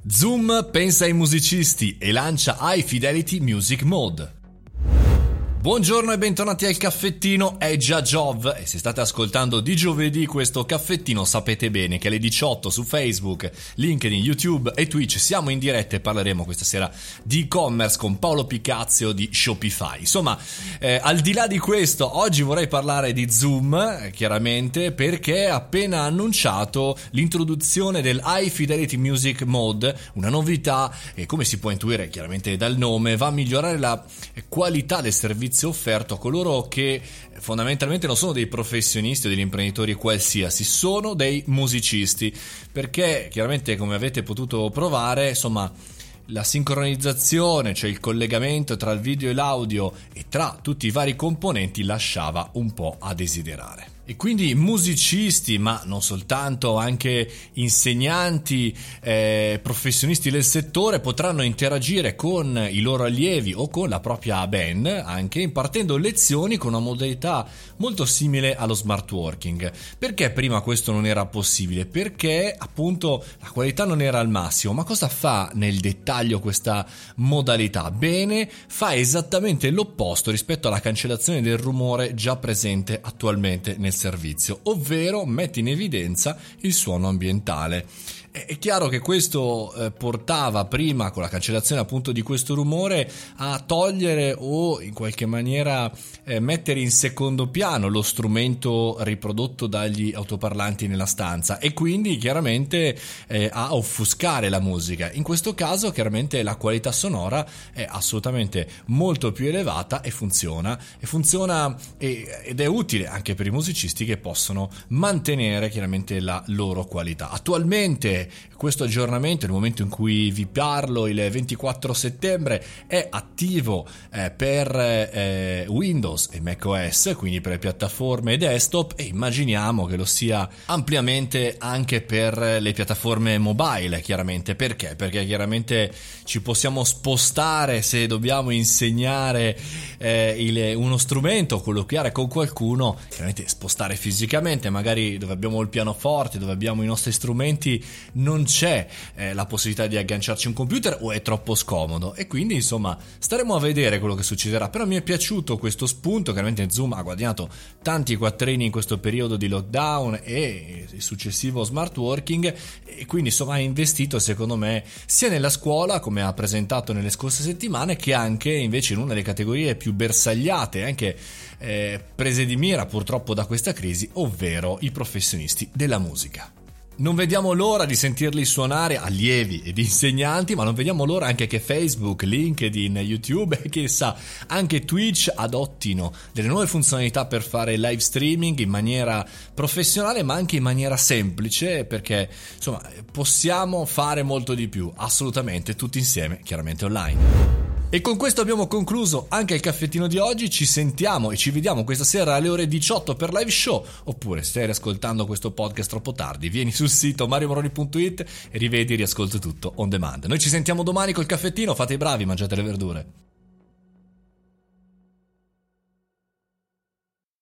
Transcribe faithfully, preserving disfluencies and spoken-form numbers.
Zoom pensa ai musicisti e lancia High Fidelity Music Mode. Buongiorno e bentornati al caffettino, è già Giov e se state ascoltando di giovedì questo caffettino sapete bene che alle diciotto su Facebook, LinkedIn, YouTube e Twitch siamo in diretta e parleremo questa sera di e-commerce con Paolo Picazio di Shopify. Insomma, eh, al di là di questo, oggi vorrei parlare di Zoom, eh, chiaramente, perché ha appena annunciato l'introduzione del High Fidelity Music Mode, una novità e come si può intuire chiaramente dal nome va a migliorare la qualità del servizio offerto a coloro che fondamentalmente non sono dei professionisti o degli imprenditori qualsiasi, sono dei musicisti, perché chiaramente come avete potuto provare, insomma, la sincronizzazione, cioè il collegamento tra il video e l'audio e tra tutti i vari componenti lasciava un po' a desiderare. E quindi musicisti, ma non soltanto, anche insegnanti, eh, professionisti del settore potranno interagire con i loro allievi o con la propria band, anche impartendo lezioni con una modalità molto simile allo smart working. Perché prima questo non era possibile? Perché appunto la qualità non era al massimo. Ma cosa fa nel dettaglio questa modalità? Bene, fa esattamente l'opposto rispetto alla cancellazione del rumore già presente attualmente nel servizio, ovvero mette in evidenza il suono ambientale. È chiaro che questo eh, portava prima, con la cancellazione appunto di questo rumore, a togliere o in qualche maniera eh, mettere in secondo piano lo strumento riprodotto dagli autoparlanti nella stanza e quindi chiaramente eh, a offuscare la musica. In questo caso chiaramente la qualità sonora è assolutamente molto più elevata e funziona e funziona e, ed è utile anche per i musicisti che possono mantenere chiaramente la loro qualità. Attualmente questo aggiornamento, nel momento in cui vi parlo, il ventiquattro settembre, è attivo eh, per eh, Windows e macOS, quindi per le piattaforme desktop, e immaginiamo che lo sia ampliamente anche per le piattaforme mobile, chiaramente. Perché? Perché chiaramente ci possiamo spostare se dobbiamo insegnare eh, il, uno strumento, colloquiare con qualcuno, chiaramente spostare fisicamente, magari dove abbiamo il pianoforte, dove abbiamo i nostri strumenti, non c'è eh, la possibilità di agganciarci un computer o è troppo scomodo e quindi insomma staremo a vedere quello che succederà. Però mi è piaciuto questo spunto. Chiaramente Zoom ha guadagnato tanti quattrini in questo periodo di lockdown e il successivo smart working e quindi insomma ha investito secondo me sia nella scuola, come ha presentato nelle scorse settimane, che anche invece in una delle categorie più bersagliate, anche eh, prese di mira purtroppo da questa crisi, ovvero i professionisti della musica. Non vediamo l'ora di sentirli suonare, allievi ed insegnanti, ma non vediamo l'ora anche che Facebook, LinkedIn, YouTube e chissà anche Twitch adottino delle nuove funzionalità per fare live streaming in maniera professionale ma anche in maniera semplice, perché insomma possiamo fare molto di più, assolutamente, tutti insieme, chiaramente online. E con questo abbiamo concluso anche il caffettino di oggi. Ci sentiamo e ci vediamo questa sera alle ore diciotto per live show, oppure se stai ascoltando questo podcast troppo tardi vieni sul sito mario moroni punto it e rivedi e riascolta tutto on demand. Noi ci sentiamo domani col caffettino, fate i bravi, mangiate le verdure.